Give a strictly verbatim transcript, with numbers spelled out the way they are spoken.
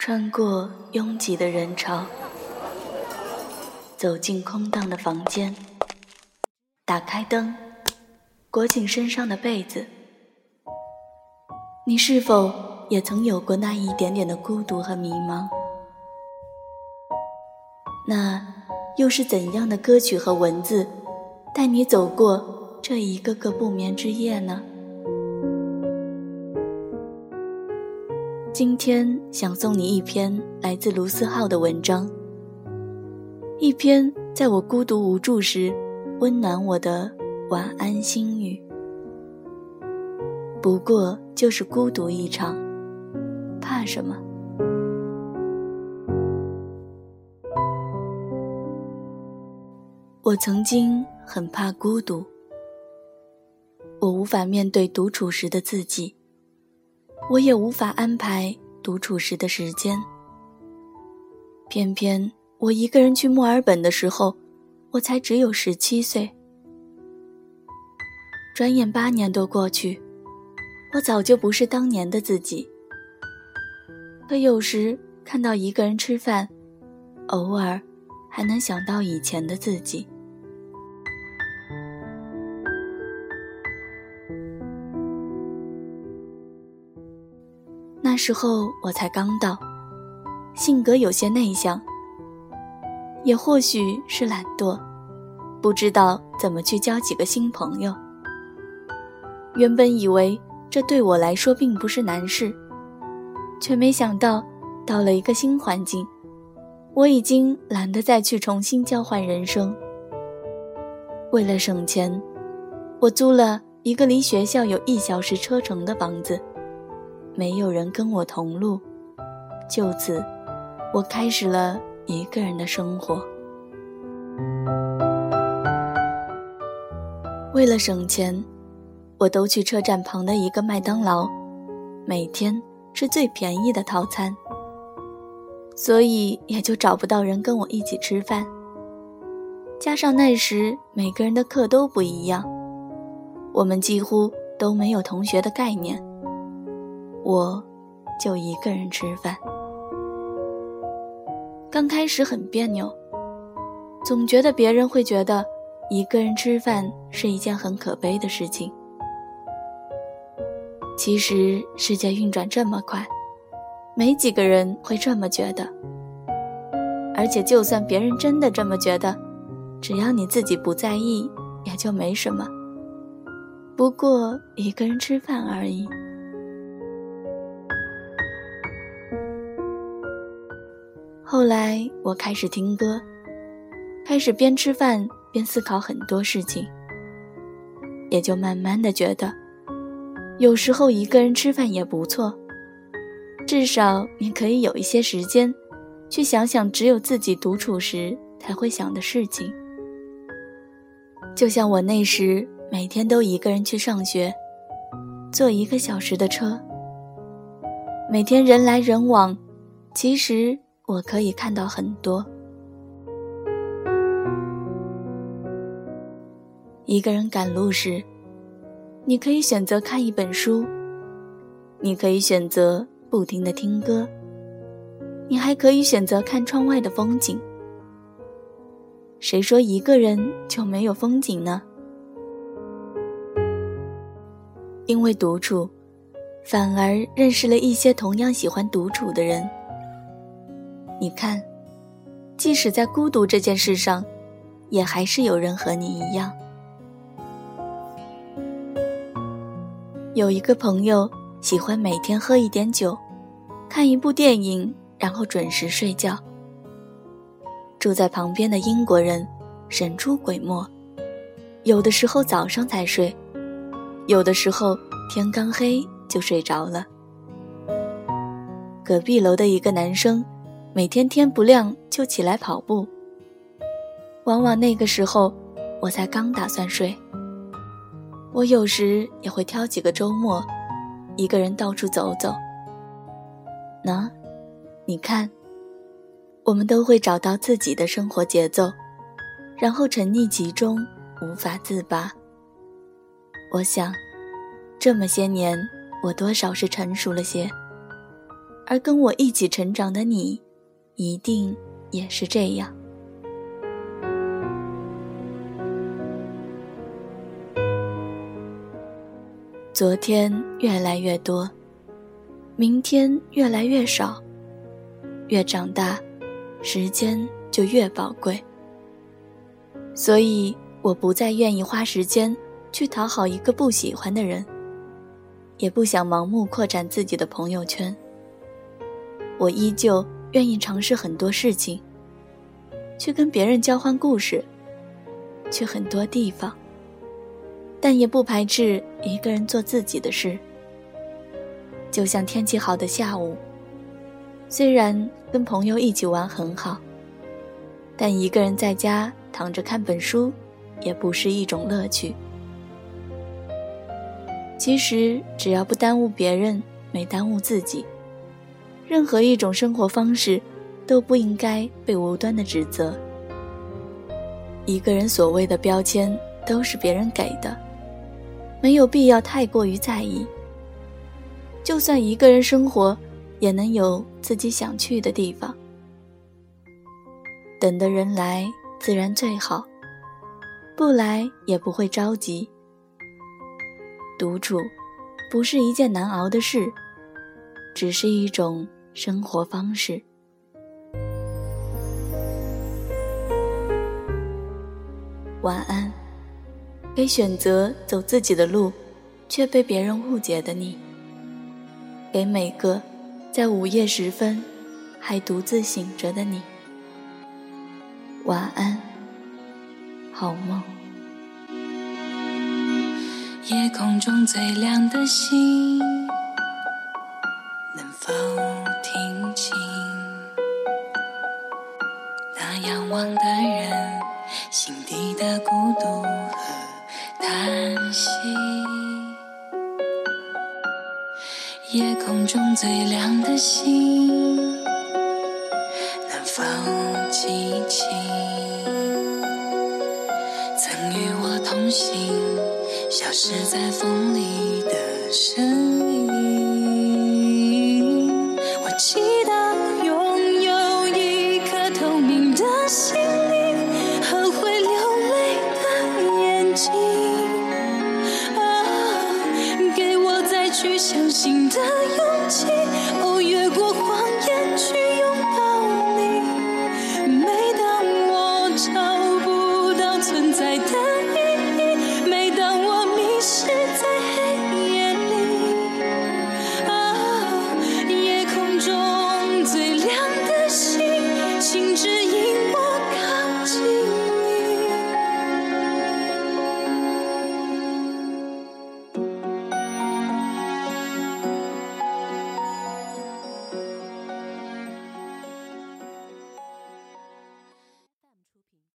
穿过拥挤的人潮，走进空荡的房间，打开灯，裹紧身上的被子。你是否也曾有过那一点点的孤独和迷茫？那又是怎样的歌曲和文字带你走过这一个个不眠之夜呢？今天想送你一篇来自卢思浩的文章，一篇在我孤独无助时温暖我的晚安心语。不过就是孤独一场，怕什么？我曾经很怕孤独，我无法面对独处时的自己，我也无法安排独处时的时间。偏偏我一个人去墨尔本的时候，我才只有十七岁。转眼八年多过去，我早就不是当年的自己。可有时看到一个人吃饭，偶尔还能想到以前的自己。那时候我才刚到，性格有些内向，也或许是懒惰，不知道怎么去交几个新朋友。原本以为这对我来说并不是难事，却没想到到了一个新环境，我已经懒得再去重新交换人生。为了省钱，我租了一个离学校有一小时车程的房子，没有人跟我同路，就此我开始了一个人的生活。为了省钱，我都去车站旁的一个麦当劳，每天吃最便宜的套餐，所以也就找不到人跟我一起吃饭。加上那时每个人的课都不一样，我们几乎都没有同学的概念，我就一个人吃饭。刚开始很别扭，总觉得别人会觉得一个人吃饭是一件很可悲的事情。其实世界运转这么快，没几个人会这么觉得。而且就算别人真的这么觉得，只要你自己不在意，也就没什么。不过一个人吃饭而已。后来我开始听歌，开始边吃饭边思考很多事情，也就慢慢的觉得有时候一个人吃饭也不错，至少你可以有一些时间去想想只有自己独处时才会想的事情。就像我那时每天都一个人去上学，坐一个小时的车，每天人来人往，其实我可以看到很多。一个人赶路时，你可以选择看一本书，你可以选择不停地听歌，你还可以选择看窗外的风景。谁说一个人就没有风景呢？因为独处，反而认识了一些同样喜欢独处的人。你看，即使在孤独这件事上，也还是有人和你一样。有一个朋友喜欢每天喝一点酒，看一部电影，然后准时睡觉。住在旁边的英国人神出鬼没，有的时候早上才睡，有的时候天刚黑就睡着了。隔壁楼的一个男生每天天不亮就起来跑步，往往那个时候我才刚打算睡。我有时也会挑几个周末一个人到处走走。喏，你看，我们都会找到自己的生活节奏，然后沉溺其中无法自拔。我想这么些年我多少是成熟了些， 而跟我一起成长的你，一定也是这样。昨天越来越多，明天越来越少，越长大，时间就越宝贵。所以我不再愿意花时间去讨好一个不喜欢的人，也不想盲目扩展自己的朋友圈。我依旧愿意尝试很多事情，去跟别人交换故事，去很多地方，但也不排斥一个人做自己的事。就像天气好的下午，虽然跟朋友一起玩很好，但一个人在家躺着看本书也不是一种乐趣。其实只要不耽误别人，没耽误自己，任何一种生活方式都不应该被无端的指责。一个人所谓的标签都是别人给的，没有必要太过于在意。就算一个人生活，也能有自己想去的地方。等的人来自然最好，不来也不会着急。独处不是一件难熬的事，只是一种生活方式。晚安，给选择走自己的路却被别人误解的你，给每个在午夜时分还独自醒着的你，晚安，好梦。 夜空中最亮的星，能否听清那仰望的人心底的孤独和叹息？夜空中最亮的星，能否记起曾与我同行消失在风里的身影？